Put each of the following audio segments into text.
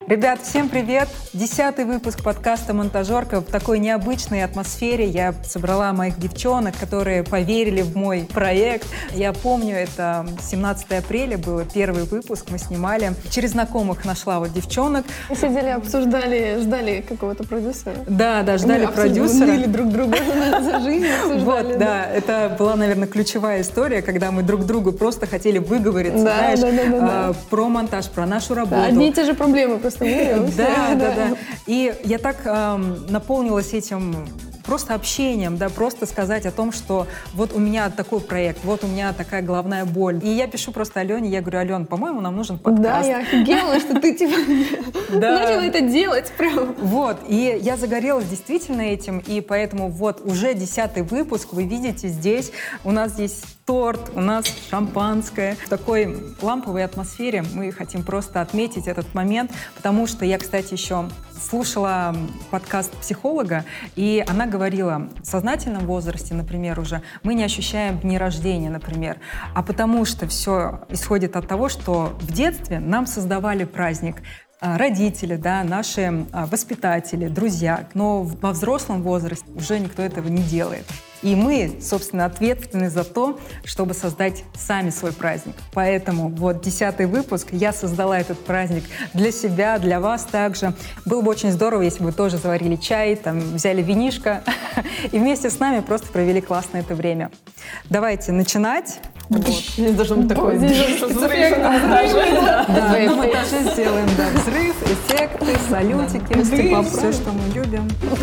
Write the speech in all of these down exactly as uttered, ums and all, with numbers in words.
Ребят, всем привет! Десятый выпуск подкаста «Монтажерка». В такой необычной атмосфере я собрала моих девчонок, которые поверили в мой проект. Я помню, это семнадцатое апреля было, первый выпуск мы снимали. Через знакомых нашла вот девчонок. Мы сидели, обсуждали, ждали какого-то продюсера. Да, да, ждали мы продюсера. Мы друг друга за жизнь обсуждали. Вот, да, это была, наверное, ключевая история, когда мы друг другу просто хотели выговориться, да, знаешь, да, да, да, да. про монтаж, про нашу работу. Одни и те же проблемы просто. Да, да, да. И я так эм, наполнилась этим просто общением, да, просто сказать о том, что вот у меня такой проект, вот у меня такая головная боль. И я пишу просто Алене, я говорю: Ален, по-моему, нам нужен подкаст. Да, я офигела, что ты типа начала это делать прям. Вот, и я загорелась действительно этим, и поэтому вот уже десятый выпуск, вы видите здесь, у нас здесь торт, у нас шампанское. В такой ламповой атмосфере мы хотим просто отметить этот момент, потому что я, кстати, еще слушала подкаст психолога, и она говорила, в сознательном возрасте, например, уже мы не ощущаем дни рождения, например, а потому что все исходит от того, что в детстве нам создавали праздник родители, да, наши воспитатели, друзья, но во взрослом возрасте уже никто этого не делает. И мы, собственно, ответственны за то, чтобы создать сами свой праздник. Поэтому вот десятый выпуск, я создала этот праздник для себя, для вас также. Было бы очень здорово, если бы вы тоже заварили чай, там, взяли винишко и вместе с нами просто провели классное это время. Давайте начинать. Вот. Здесь должен быть такой взрыв. Да, на монтаже сделаем, да, взрыв, эффекты, салютики, все, что мы любим.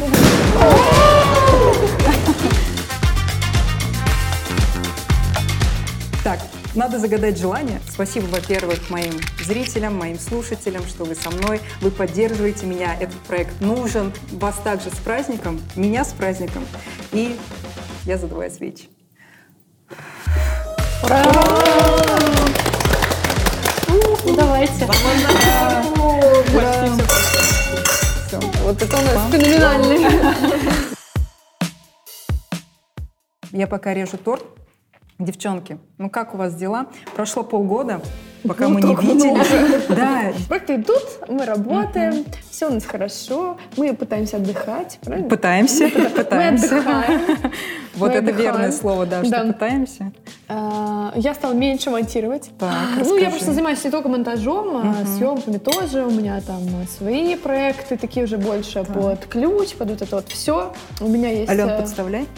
Так, надо загадать желание. Спасибо, во-первых, моим зрителям, моим слушателям, что вы со мной, вы поддерживаете меня. Этот проект нужен. Вас также с праздником, меня с праздником. И я задуваю свечи. Ура! Давайте. Почти все. Вот это у нас феноменальный. Я пока режу торт. Девчонки, ну как у вас дела? Прошло полгода, пока ну, мы не видели. Да. Проекты идут, мы работаем, uh-huh. все у нас хорошо, мы пытаемся отдыхать, правильно? Пытаемся, пытаемся. Мы отдыхаем. Вот это верное слово, да, что пытаемся. Я стала меньше монтировать. Ну, я просто занимаюсь не только монтажом, съемками тоже. У меня там свои проекты, такие уже больше под ключ, под вот это вот все. У меня есть... Ален, подставляй.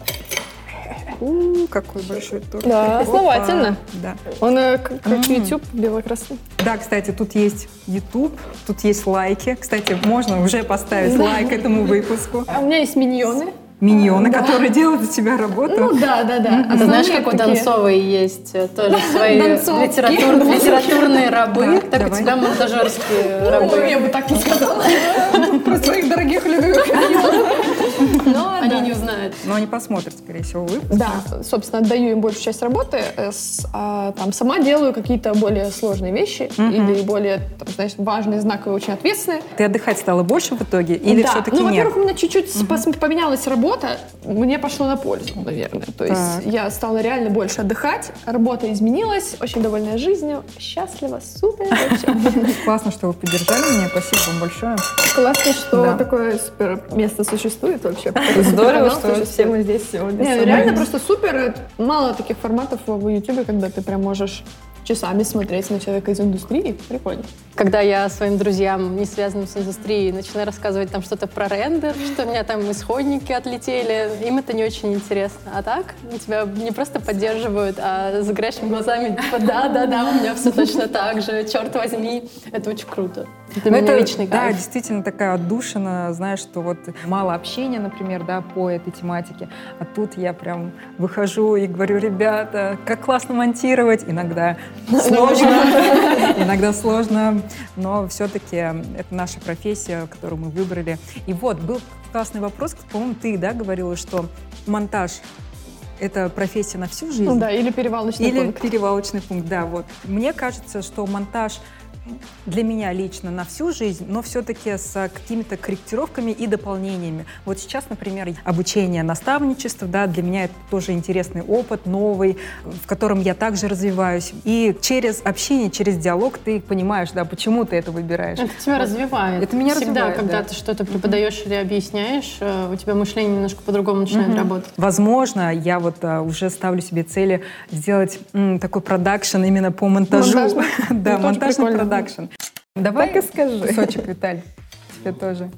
У, какой большой торт. Да, основательно. Да. Он э, как, как mm. YouTube, бело-красный. Да, кстати, тут есть YouTube, тут есть лайки. Кстати, можно уже поставить лайк этому выпуску. А у меня есть миньоны. Миньоны, да. которые делают за тебя работу. Ну да, да, да. Mm-hmm. А ты знаешь, как у Донцовой есть тоже свои литератур, литературные рабы, да, так давай. У тебя монтажерские рабы. Ну, я бы так не сказала. Про своих дорогих любимых. Но они да. не узнают. Но они посмотрят, скорее всего, выпуск. Да, собственно, отдаю им большую часть работы. С, а, там, сама делаю какие-то более сложные вещи uh-huh. или более, там, знаешь, важные, знаковые, очень ответственные. Ты отдыхать стала больше в итоге или да. все-таки ну, нет? Во-первых, у меня чуть-чуть uh-huh. поменялась работа, мне пошло на пользу, наверное. То есть так. я стала реально больше отдыхать, работа изменилась, очень довольная жизнью, счастлива, супер. Классно, что вы поддержали меня, спасибо вам большое. Классно, что такое супер место существует вообще. Здорово, что все мы здесь сегодня. Не, реально просто супер. Мало таких форматов в Ютубе, когда ты прям можешь часами смотреть на человека из индустрии. Прикольно. Когда я своим друзьям, не связанным с индустрией, начинаю рассказывать там что-то про рендер, что у меня там исходники отлетели, им это не очень интересно. А так тебя не просто поддерживают, а с горящими глазами типа да-да-да, у меня все точно так же, черт возьми. Это очень круто. Это меня это, личный кайф. Да, действительно такая отдушина, знаешь, что вот мало общения, например, да, по этой тематике, а тут я прям выхожу и говорю: ребята, как классно монтировать, иногда сложно, иногда сложно, но все-таки это наша профессия, которую мы выбрали. И вот, был классный вопрос, по-моему, ты, да, говорила, что монтаж — это профессия на всю жизнь? Ну да, или перевалочный или пункт. Или перевалочный пункт, да, вот. Мне кажется, что монтаж для меня лично на всю жизнь, но все-таки с какими-то корректировками и дополнениями. Вот сейчас, например, обучение наставничеству, да, для меня это тоже интересный опыт, новый, в котором я также развиваюсь. И через общение, через диалог ты понимаешь, да, почему ты это выбираешь. Это тебя развивает. Это меня Всегда, развивает, когда да. ты что-то преподаешь или объясняешь, у тебя мышление немножко по-другому начинает Мгм. работать. Возможно, я вот а, уже ставлю себе цели сделать м, такой продакшн именно по монтажу. Монтажный? Да, Ну, тоже монтажный прикольно. продакшн. Давай Так и скажи. кусочек, Виталь, тебе тоже.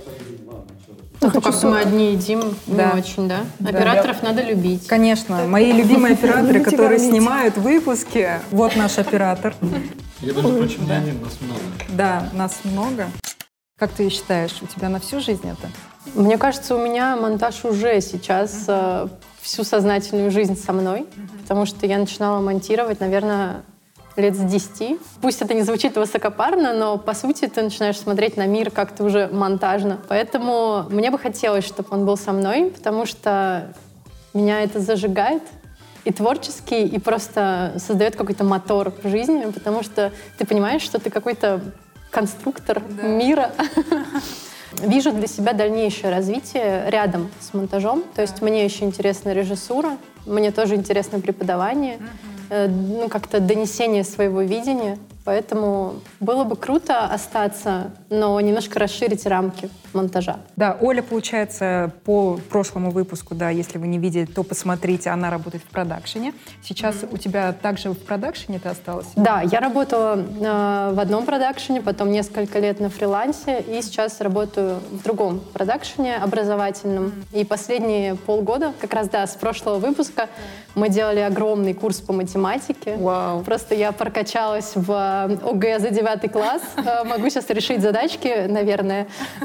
А то как мы одни едим, Да. не очень, да? Да. Операторов надо любить. Конечно, мои любимые операторы, Тебя которые видеть. снимают выпуски. Вот наш оператор. Я, между прочим, не один, нас много. Да, нас много. Как ты считаешь, у тебя на всю жизнь это? Мне кажется, у меня монтаж уже сейчас э, всю сознательную жизнь со мной, потому что я начинала монтировать, наверное, лет с десяти. Пусть это не звучит высокопарно, но по сути ты начинаешь смотреть на мир как-то уже монтажно. Поэтому мне бы хотелось, чтобы он был со мной, потому что меня это зажигает и творчески, и просто создает какой-то мотор в жизни, потому что ты понимаешь, что ты какой-то конструктор мира. Вижу для себя дальнейшее развитие рядом с монтажом. То есть мне еще интересна режиссура, мне тоже интересно преподавание, э, ну, как-то донесение своего видения. Поэтому было бы круто остаться, но немножко расширить рамки монтажа. Да, Оля, получается, по прошлому выпуску, да, если вы не видели, то посмотрите, она работает в продакшене. Сейчас у тебя также в продакшене ты осталась? Да, я работала э, в одном продакшене, потом несколько лет на фрилансе, и сейчас работаю в другом продакшене образовательном. И последние полгода, как раз, да, с прошлого выпуска, мы делали огромный курс по математике. Вау. Просто я прокачалась в ОГЭ за девятый класс. Э, Могу сейчас решить задачки, наверное.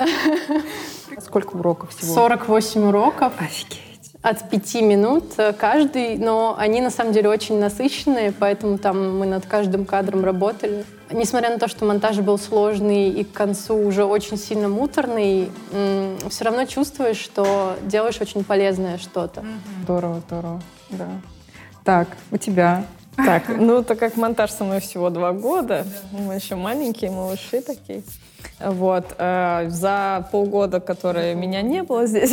Сколько уроков всего? сорок восемь уроков. Офигеть. От пяти минут каждый, но они на самом деле очень насыщенные, поэтому там мы над каждым кадром работали. Несмотря на то, что монтаж был сложный и к концу уже очень сильно муторный, м, все равно чувствуешь, что делаешь очень полезное что-то. Здорово, здорово, да. Так, у тебя? Так, ну, так как монтаж со мной всего два года, мы еще маленькие малыши такие. Вот, э, за полгода, которые меня не было здесь,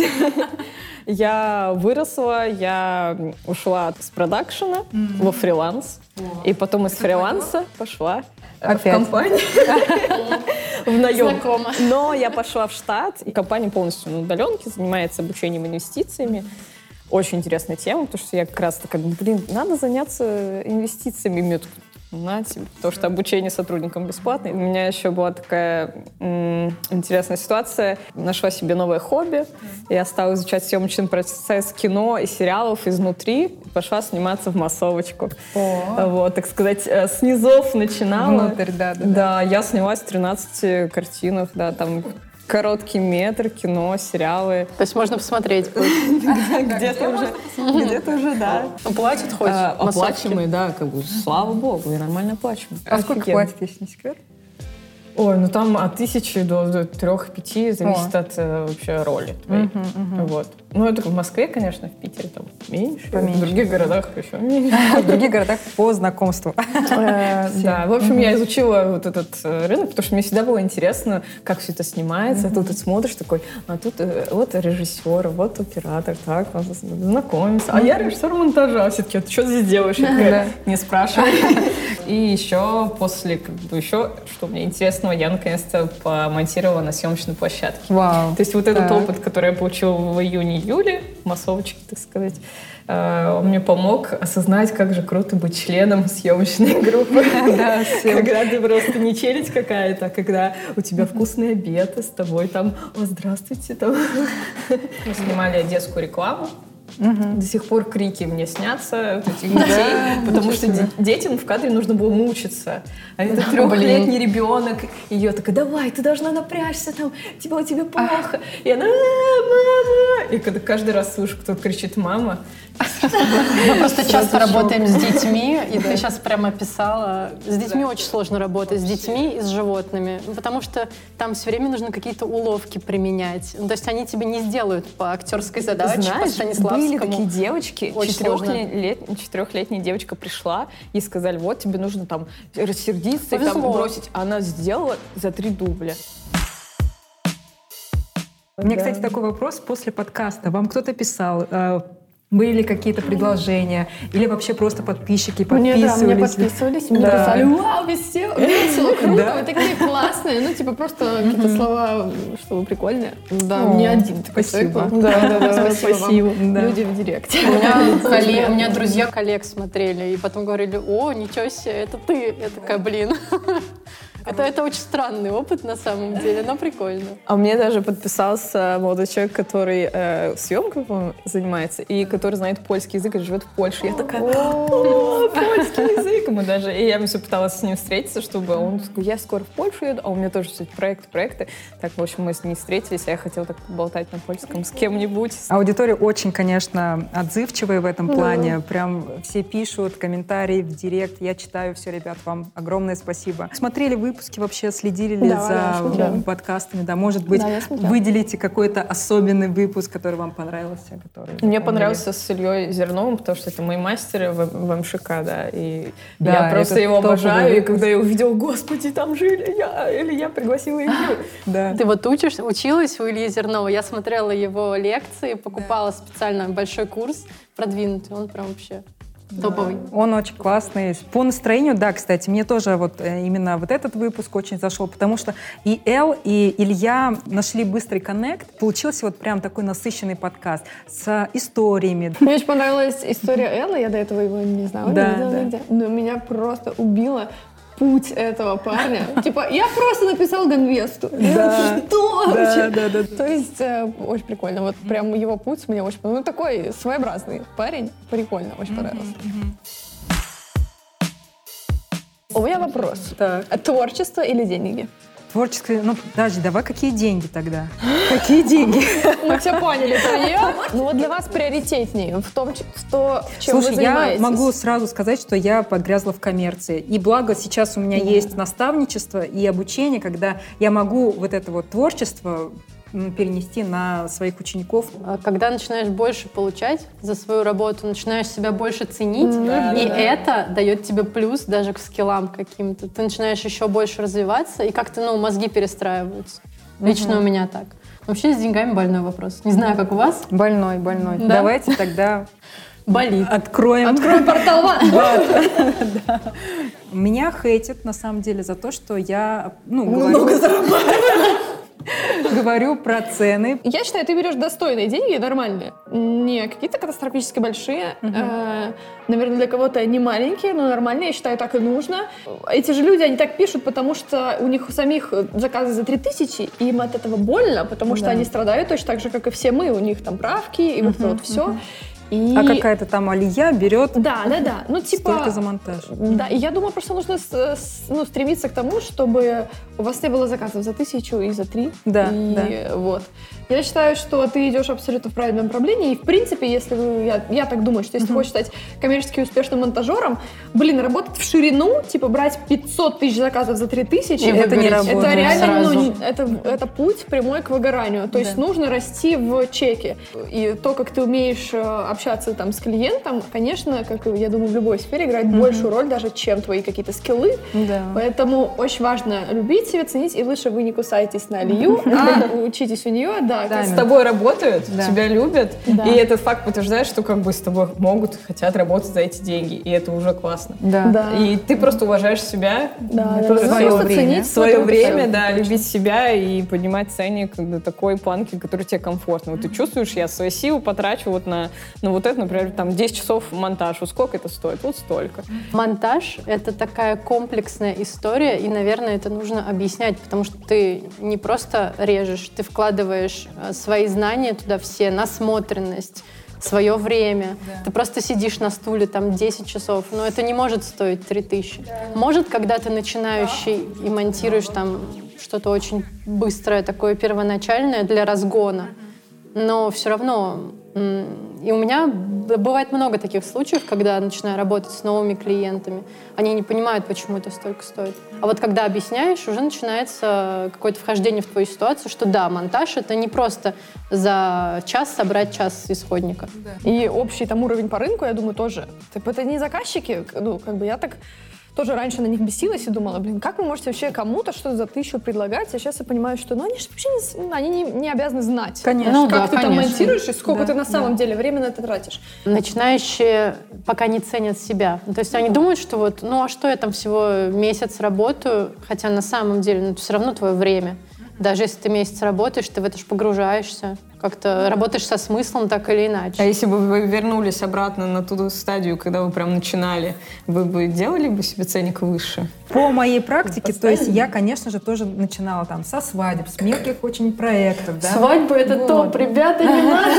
я выросла, я ушла с продакшена во фриланс, и потом из фриланса пошла э, в Опять? компанию, в наем. Знакомо. Но я пошла в штат, и компания полностью на удаленке, занимается обучением инвестициями. Очень интересная тема, потому что я как раз такая, блин, надо заняться инвестициями. И мне тут, на тебе, потому что обучение сотрудникам бесплатное. У меня еще была такая м- интересная ситуация. Нашла себе новое хобби. Я стала изучать съемочный процесс кино и сериалов изнутри. Пошла сниматься в массовочку. О. Вот, так сказать, э, с низов начинала. Внутрь, да, да, да. Да, я снялась в тринадцати картинах, да, там короткий метр, кино, сериалы. То есть можно посмотреть будет. Где-то уже, где-то уже, да. Платят хоть? А, массовки? Оплачиваемые, да, как бы, слава богу, и нормально оплачиваемые. А сколько Офигенно. платят, если не секрет? Ой, ну там от тысячи до, до трех-пяти зависит О. от э, вообще роли твоей. Мгм, мгм. Вот. Ну, это в Москве, конечно, в Питере там меньше, Поменьше. в других городах еще меньше. В других городах по знакомству. Э, Да, в общем, я изучила вот этот э, рынок, потому что мне всегда было интересно, как все это снимается. Тут ты смотришь такой, а тут э, вот режиссер, вот оператор, так, вот знакомимся. А я режиссер монтажа. Все таки, ты что здесь делаешь? Я такая, не спрашивай. И еще после, как бы, еще, что мне интересного, я наконец-то помонтировала на съемочной площадке. Вау. То есть вот этот Так. опыт, который я получила в июне-июле, массовочки, так сказать, э, он мне помог осознать, как же круто быть членом съемочной группы. Да, всем. Когда ты просто не челядь какая-то, а когда у тебя вкусный обед, и с тобой там, о, здравствуйте, там. Мы снимали детскую рекламу. До сих пор крики мне снятся вот этих детей, потому что де- детям в кадре нужно было мучиться. А это трехлетний ребенок, ее такая, давай, ты должна напрячься, там, тебе, тебе плохо. И она, «А, мама!» И когда каждый раз слышу, кто-то кричит «мама», Мы просто часто работаем с детьми, и ты сейчас прямо описала. С детьми очень сложно работать, с детьми и с животными, потому что там все время нужно какие-то уловки применять. То есть они тебе не сделают по актерской задаче, Знаешь, по Станиславскому. были такие девочки, Очень четырехлетняя, четырехлетняя девочка пришла и сказали, вот тебе нужно там рассердиться и там бросить. Она сделала за три дубля. У меня, кстати, такой вопрос после подкаста. Вам кто-то писал, э, были ли какие-то предложения, или вообще просто подписчики подписывались? Мне, да, мне подписывались, мне да. писали, вау, весело, весело, круто, вы такие классные. Ну, типа, просто какие-то слова, что вы прикольные. Да, мне один такой спасибо. Да, да, да, спасибо вам, да. люди в директе. У меня, коллег, у меня друзья коллег смотрели, и потом говорили, о, ничего себе, это ты. Я такая, блин. Это, это очень странный опыт на самом деле, но прикольно. А мне даже подписался молодой человек, который э, съемкой, по-моему, занимается, и который знает польский язык и живет в Польше. Я такая, о, польский язык! Мы даже, и я все пыталась с ним встретиться, чтобы он сказал, я скоро в Польшу еду, а у меня тоже все эти проекты, проекты. Так, в общем, мы с ним встретились, а я хотела так болтать на польском с кем-нибудь. Аудитория очень, конечно, отзывчивая в этом плане. Прям все пишут комментарии в директ. Я читаю все, ребят, вам огромное спасибо. Смотрели вы выпуски вообще, следили ли да, за да, подкастами? Да, может быть, да, выделите какой-то особенный выпуск, который вам понравился? Который Мне понравился с Ильей Зерновым, потому что это мои мастеры в, в эм ша ка, да, и да, я просто его обожаю, выпуск. И когда я увидела, господи, там же Илья, Илья пригласила Илью. Да. Ты вот учишь, училась у Ильи Зернова, я смотрела его лекции, покупала да. специально большой курс продвинутый, он прям вообще... топовый. Он очень классный. По настроению, да, кстати, мне тоже вот именно вот этот выпуск очень зашел, потому что и Эл, и Илья нашли быстрый коннект. Получился вот прям такой насыщенный подкаст с историями. Мне очень понравилась история Эллы, я до этого его не знала, да, не видела да. нигде, но меня просто убило путь этого парня. Типа, я просто написал Ганвесту. Да. Что вообще? Да, да, да. То есть, э, очень прикольно. Вот прям его путь мне очень понравился. Ну, такой своеобразный парень. Прикольно, очень понравился. У меня вопрос. Так. Творчество или деньги? Творческое, ну, подожди, давай какие деньги тогда? Какие деньги? Мы все поняли, понял? Ну вот для вас приоритетнее в том, что, чем Слушай, вы занимаетесь. я могу сразу сказать, что я погрязла в коммерции. И благо сейчас у меня mm. есть наставничество и обучение, когда я могу вот это вот творчество перенести на своих учеников. Когда начинаешь больше получать за свою работу, начинаешь себя больше ценить, Да, и да, это да. дает тебе плюс даже к скиллам каким-то. Ты начинаешь еще больше развиваться, и как-то, ну, мозги перестраиваются. Лично угу. у меня так. Вообще с деньгами больной вопрос. Не знаю, как у вас. Больной, больной. Да? Давайте тогда... Болит. Откроем. Откроем портал. Меня хейтят, на самом деле, за то, что я... Ну, много зарабатываю. Говорю про цены. Я считаю, ты берешь достойные деньги, нормальные. Не какие-то катастрофически большие. Uh-huh. Э, наверное, для кого-то не маленькие, но нормальные. Я считаю, так и нужно. Эти же люди, они так пишут, потому что у них у самих заказы за три тысячи, и им от этого больно, потому что да. они страдают точно так же, как и все мы. У них там правки, и uh-huh, вот это вот все. Uh-huh. И... А какая-то там алия берет да, да, да. Ну, типа, столько за монтаж. Да, и я думаю, просто нужно с, с, ну, стремиться к тому, чтобы у вас не было заказов за тысячу и за три. Да, и да. Вот. Я считаю, что ты идешь абсолютно в правильном направлении. И, в принципе, если вы... Я, я так думаю, что если uh-huh. ты хочешь стать коммерчески успешным монтажером, блин, работать в ширину, типа брать пятьсот тысяч заказов за три тысячи, это не работает. Это реально, ну, это, это путь прямой к выгоранию. То есть да. нужно расти в чеке. И то, как ты умеешь общаться там с клиентом, конечно, как я думаю, в любой сфере играет uh-huh. большую роль даже, чем твои какие-то скиллы. Да. Поэтому очень важно любить себя, ценить, и лучше вы не кусаетесь на Алию, а учитесь у нее, да. Да, с тобой работают, да. тебя любят, да. и этот факт подтверждает, что как бы с тобой могут, хотят работать за эти деньги, и это уже классно. Да. Да. И ты просто уважаешь себя, да, да, да, свое да. время, свое время, да, точно. любить себя и поднимать ценник до такой планки, который тебе комфортно. Вот ты чувствуешь, я свои силы потрачу вот на, на вот это, например, там десять часов монтаж, вот сколько это стоит? Вот столько. Монтаж — это такая комплексная история, и, наверное, это нужно объяснять, потому что ты не просто режешь, ты вкладываешь свои знания туда все, насмотренность, свое время. Да. Ты просто сидишь на стуле там десять часов, но это не может стоить три тысячи. Да. Может, когда ты начинающий и монтируешь там что-то очень быстрое, такое первоначальное для разгона, но все равно И у меня бывает много таких случаев, когда начинаю работать с новыми клиентами. Они не понимают, почему это столько стоит. А вот когда объясняешь, уже начинается какое-то вхождение в твою ситуацию, что да, монтаж — это не просто за час собрать час исходника. Да. И общий там уровень по рынку, я думаю, тоже. Типа, это не заказчики, ну, как бы я так тоже раньше на них бесилась и думала, блин, как вы можете вообще кому-то что-то за тысячу предлагать? А сейчас я понимаю, что ну, они же вообще не, они не, не обязаны знать. Конечно. Ну, как да, ты конечно. там монтируешь и сколько Да, ты на самом да. деле времени на это тратишь. Начинающие пока не ценят себя. То есть они думают, что вот, ну а что я там всего месяц работаю, хотя на самом деле, ну, это все равно твое время. Даже если ты месяц работаешь, ты в это же погружаешься. Как-то работаешь со смыслом так или иначе. А если бы вы вернулись обратно на ту стадию, когда вы прям начинали, вы бы делали бы себе ценник выше? По моей практике, то есть я, конечно же, тоже начинала там со свадеб, с мелких очень проектов. Да? Свадьба — это Вот. топ, ребята, не надо.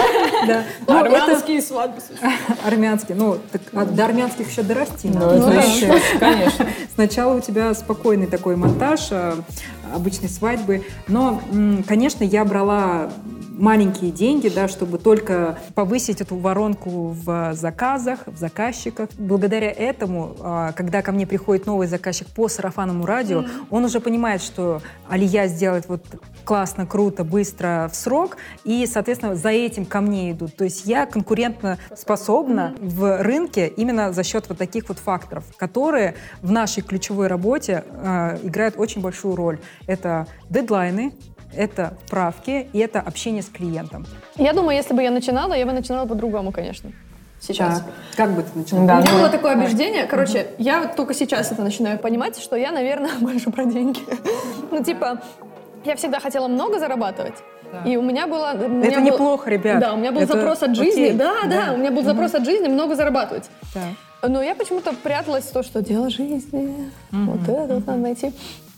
Да. Ну, это Армянские свадьбы. армянские. Ну, так, а до армянских еще дорасти Ну, надо. это знаешь. еще, конечно. Сначала у тебя спокойный такой монтаж э, обычной свадьбы. Но, м, конечно, я брала маленькие деньги, да, чтобы только повысить эту воронку в заказах, в заказчиках. Благодаря этому, а, когда ко мне приходит новый заказчик по сарафанному радио, mm-hmm. он уже понимает, что Алия сделает вот классно, круто, быстро, в срок, и, соответственно, за этим ко мне идут. То есть я конкурентно способна mm-hmm. в рынке именно за счет вот таких вот факторов, которые в нашей ключевой работе а, играют очень большую роль. Это дедлайны, это правки и это общение с клиентом. Я думаю, если бы я начинала, я бы начинала по-другому, конечно. Сейчас. Так, как бы ты начала? Да, у меня ну, было такое убеждение, короче, угу. я вот только сейчас это начинаю понимать, что я, наверное, больше про деньги. Ну, типа, я всегда хотела много зарабатывать, да. И у меня было... У меня это был, неплохо, ребят. Да, у меня был это запрос от жизни, окей. да, да, да, у меня был угу. запрос от жизни много зарабатывать. Да. Но я почему-то пряталась в то, что дело жизни, угу. вот это вот надо найти.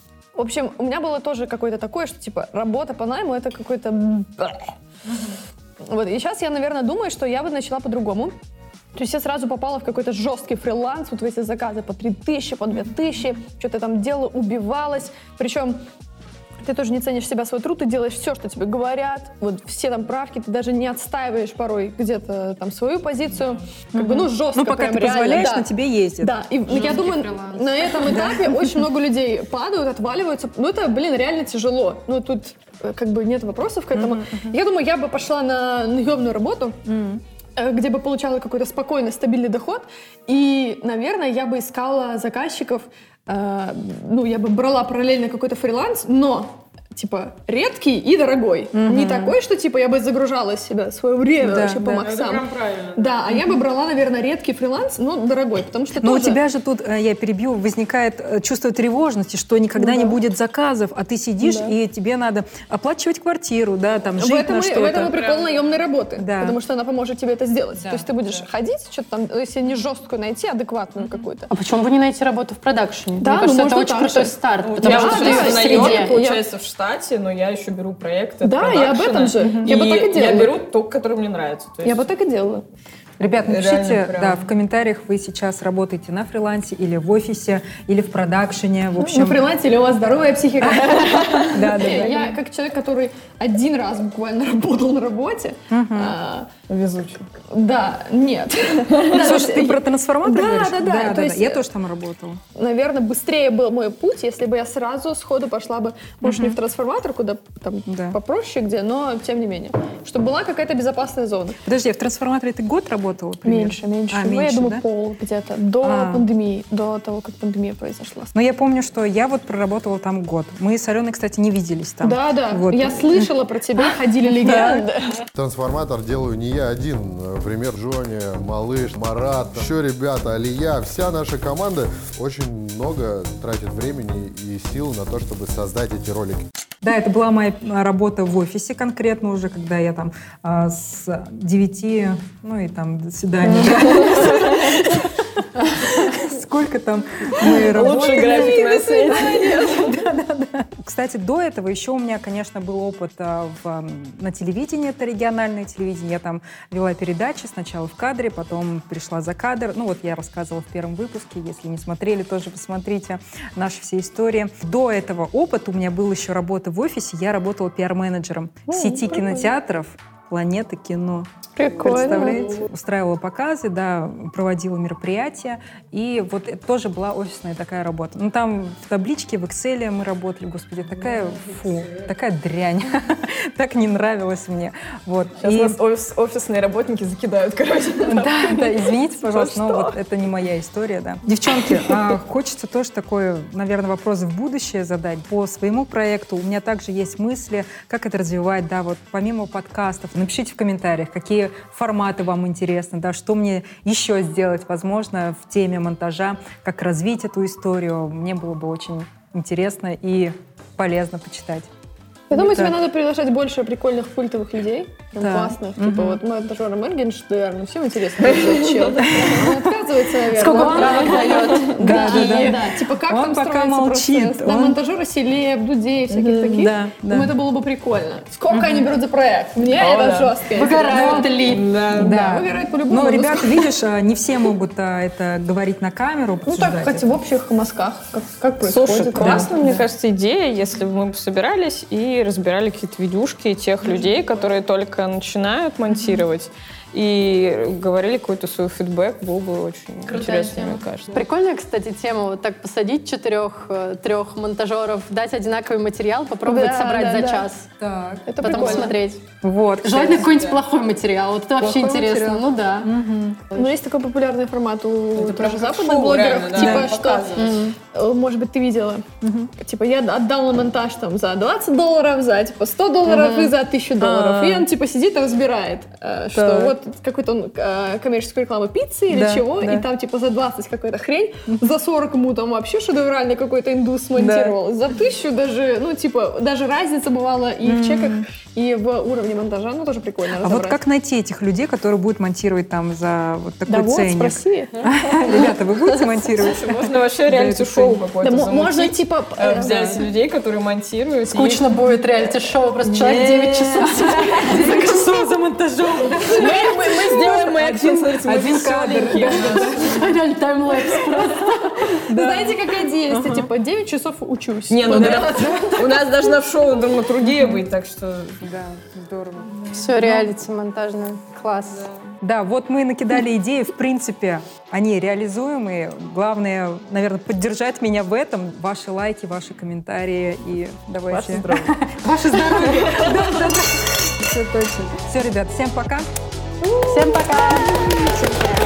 В общем, у меня было тоже какое-то такое, что, типа, работа по найму — это какой-то... Mm-hmm. Вот, и сейчас я, наверное, думаю, что я бы начала по-другому. То есть я сразу попала в какой-то жесткий фриланс, вот в эти заказы по три тысячи, по две тысячи, что-то там делала, убивалась. Причем ты тоже не ценишь себя, свой труд, ты делаешь все, что тебе говорят, вот все там правки, ты даже не отстаиваешь порой где-то там свою позицию, как бы, ну, жестко. Ну, пока прям, ты реально, позволяешь, да. на тебе ездит. Да, и Жесткий я думаю, фриланс. на этом этапе очень много людей падают, отваливаются. Ну, это, блин, реально тяжело. Ну, тут как бы нет вопросов к этому. Я думаю, я бы пошла на наемную работу, где бы получала какой-то спокойный, стабильный доход, и, наверное, я бы искала заказчиков, э, ну, я бы брала параллельно какой-то фриланс, но, типа, редкий и дорогой. Mm-hmm. Не такой, что, типа, я бы загружала себя, свое время да, вообще да. по максам. Это прям правильно. Да, а mm-hmm. я бы брала, наверное, редкий фриланс, но дорогой, потому что Но тоже... у тебя же тут, я перебью, возникает чувство тревожности, что никогда ну, да. не будет заказов, а ты сидишь, да. и тебе надо оплачивать квартиру, да, там, жить в этом на и, что-то. В этом и прикол наемной работы, да. потому что она поможет тебе это сделать. Да. То есть ты будешь да. ходить, что-то там, если не жесткую найти, адекватную mm-hmm. какую-то. А почему вы не найти работу в продакшене? Да, Мне кажется, ну, это очень крутой же. старт, Ну, потому да, что да, ты да, в наемный, среде. получается, в штате, но я еще беру проекты да, я об этом же. И я бы так и делала. Я беру только, который мне нравится. То есть... Я бы так и делала. Ребят, напишите прям... да, в комментариях, вы сейчас работаете на фрилансе или в офисе, или в продакшене, в общем. На фрилансе или у вас здоровая психика? Да, да, Я как человек, который один раз буквально работал на работе. Везучий. Да, нет. Слушай, ты про трансформатор говоришь? Да, да, да. Я тоже там работала. Наверное, быстрее был мой путь, если бы я сразу сходу пошла бы, может, не в трансформатор, куда там попроще где, но тем не менее. Чтобы была какая-то безопасная зона. Подожди, а в трансформаторе ты год работала? Меньше, меньше. А, ну, меньше, я думаю, да? пол где-то. До А. пандемии, до того, как пандемия произошла. Но я помню, что я вот проработала там год. Мы с Аленой, кстати, не виделись там. Да, да. Вот. Я слышала про тебя, ходили легенды. Трансформатор делаю не я один. Например, Джонни, Малыш, Марат, еще ребята, Алия. Вся наша команда очень много тратит времени и сил на то, чтобы создать эти ролики. Да, это была моя работа в офисе конкретно уже, когда я там а, с девяти, ну и там до свидания. Сколько там мы работали. Лучший график на свете. Да, да, да. Кстати, до этого еще у меня, конечно, был опыт а, в, на телевидении, это региональное телевидение. Я там вела передачи сначала в кадре, потом пришла за кадр. Ну вот я рассказывала в первом выпуске, если не смотрели, тоже посмотрите наши все истории. До этого опыта у меня была еще работа в офисе, я работала пиар-менеджером сети кинотеатров планеты кино. Прикольно. Представляете? Устраивала показы, да, проводила мероприятия. И вот это тоже была офисная такая работа. Ну, там в табличке, в Excel мы работали, господи, такая, фу, такая дрянь. Так не нравилось мне. Вот. Сейчас И... нас офис, офисные работники закидают, короче. Да, да, извините, пожалуйста, но вот это не моя история, да. Девчонки, а, хочется тоже такой, наверное, вопрос в будущее задать. По своему проекту у меня также есть мысли, как это развивать, да, вот помимо подкастов. Напишите в комментариях, какие форматы вам интересны, да, что мне еще сделать, возможно, в теме монтажа, как развить эту историю. Мне было бы очень интересно и полезно почитать. Я думаю, Так. тебе надо приглашать больше прикольных культовых людей. Прям Да. классных. Мгм. Типа вот монтажера Моргенштерн. Всем интересно, как этот чел. Он отказывается, наверное. Сколько он Да. правок дает? Да, Какие, да, да. да. Типа как Он там пока строится молчит, процесс. Да, он- монтажера Селеб, Дудей, всяких таких. Да, да. Думаю, это было бы прикольно. Сколько они берут за проект? Мне О, это да. жестко. Выгорают ли? Да. Да, выгорают по-любому. Но, Ну, ребята, видишь, а, не все могут а, это говорить на камеру, Ну так, обсуждать хоть это. в общих мазках. Как, как происходит. Слушай, да. классно, мне кажется, идея, если бы мы собирались и разбирали какие-то видюшки тех людей, которые только начинают монтировать, и говорили какой-то свой фидбэк, был бы очень Крутая интересно, тема. мне кажется. Прикольная, кстати, тема. Вот так посадить четырех, э, трех монтажеров, дать одинаковый материал, попробовать Да, собрать да, за да. час. Так. Это Потом прикольно. посмотреть. Вот. Желательно какой-нибудь плохой материал. Вот это вообще Плохой интересно. материал. Ну да. Ну, есть такой популярный формат у Это прям даже как западных шоу, блогеров. реально, да, Типа, да, что, показывать. э, может быть, ты видела. Типа, я отдал на монтаж там за двадцать долларов, за типа сто долларов и за тысячу долларов. А. И он типа сидит и разбирает, э, что Так. вот какой-то он э, коммерческую рекламу пиццы или Да, чего, да. и там типа за двадцать какая-то хрень, за сорок ему там вообще шедевральный какой-то индус смонтировал. За тысячу даже, ну типа, даже разница бывала и в чеках, и в уровне монтажа, ну тоже прикольно А вот разобрать. как найти этих людей, которые будут монтировать там за вот такой Да вот, ценник? спроси. Ребята, вы будете монтировать? Можно вообще реалити-шоу какое-то Да, мо- замутить, можно типа... э, э, взять людей, которые монтируют. и Скучно будет реалити-шоу, просто человек девять часов. девять часов за монтажом. Мы, мы, мы сделаем экшен, смотрите, мы один веселенькие кадр. у нас. Реально таймлэпс просто. Знаете, какая идея есть? Типа девять часов учусь. Не, ну да. У нас должна в шоу драматургия быть, так что... Да, здорово. Все, реалити монтажное. Класс. Да, вот мы накидали идеи, в принципе, они реализуемые. Главное, наверное, поддержать меня в этом. Ваши лайки, ваши комментарии и давайте... Ваше здоровье. Ваше здоровье. Да, да, да. Все точно. Все, ребят, всем пока. Всем пока. Всем пока.